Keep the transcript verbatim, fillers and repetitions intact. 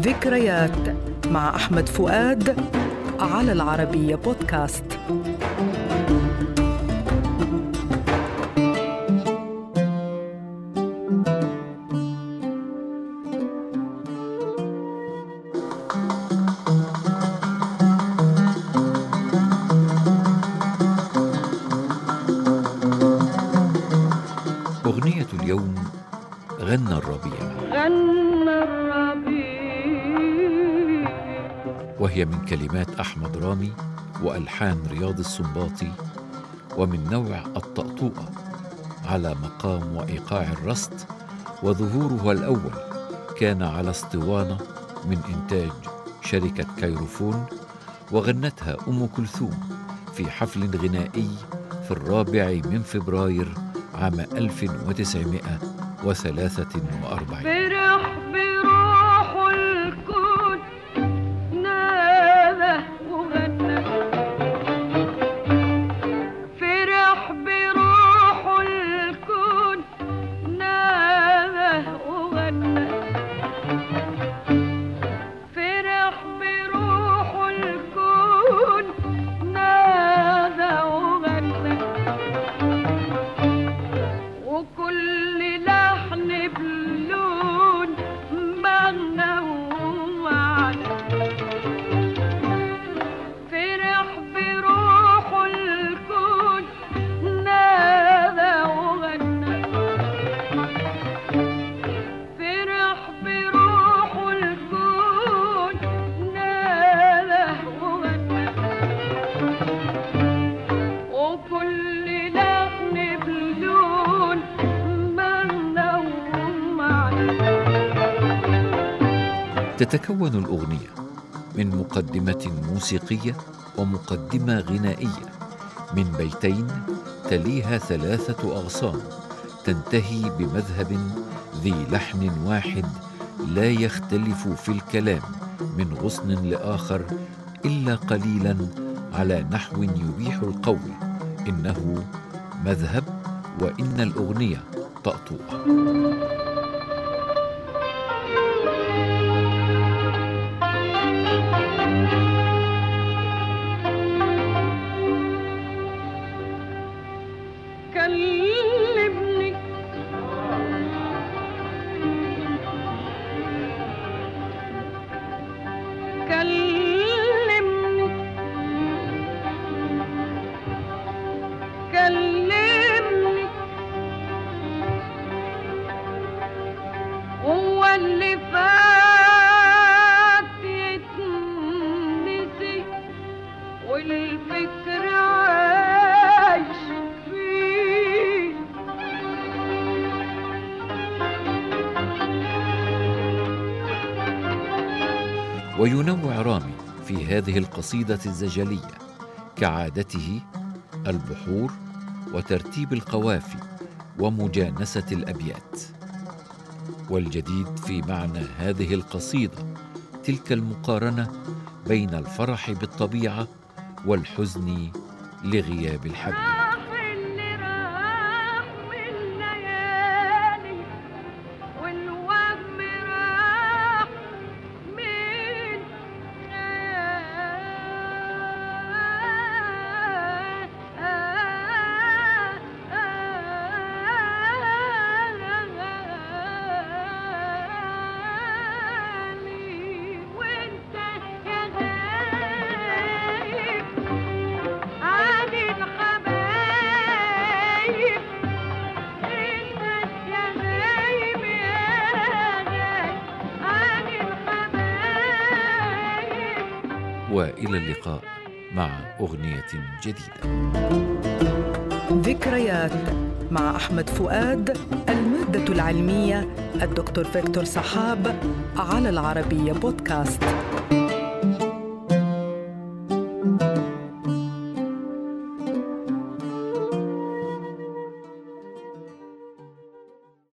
ذكريات مع أحمد فؤاد على العربية بودكاست. أغنية اليوم غنى الربيع، غنى الربيع، وهي من كلمات أحمد رامي وألحان رياض السنباطي، ومن نوع الطأطوئة على مقام وإيقاع الرست. وظهورها الأول كان على اسطوانة من إنتاج شركة كيروفون، وغنتها أم كلثوم في حفل غنائي في الرابع من فبراير عام ألف وتسعمائة وثلاثة وأربعين. فرح بروح الكون نادى وغنى، فرح بروح الكون نادى وغنى، فرح بروح الكون نادى وغنى، وكل لحن بلون مغنى ووعد، فرح بروح الكون نادى وغنى، فرح بروح الكون نادى وغنى، وكل لحن بلون تتكون الأغنية من مقدمة موسيقية ومقدمة غنائية من بيتين تليها ثلاثة أغصان تنتهي بمذهب ذي لحن واحد لا يختلف في الكلام من غصن لآخر إلا قليلا، على نحو يبيح القول إنه مذهب وإن الأغنية طأطوئة. كلمني كلمني كلمني هو اللي فات يتنسي والفكر عايش فيه. وينوع رامي في هذه القصيدة الزجلية كعادته البحور وترتيب القوافي ومجانسة الأبيات. والجديد في معنى هذه القصيدة تلك المقارنة بين الفرح بالطبيعة والحزن لغياب الحبيب. راح اللي راح من ليالي والوهم راح من خيالي، وانت يا غايب عن الحبايب، انت يا غايب يا غايب عن الحبايب. وإلى اللقاء مع أغنية جديدة. ذكريات مع أحمد فؤاد، المادة العلمية الدكتور فيكتور سحاب على العربية بودكاست.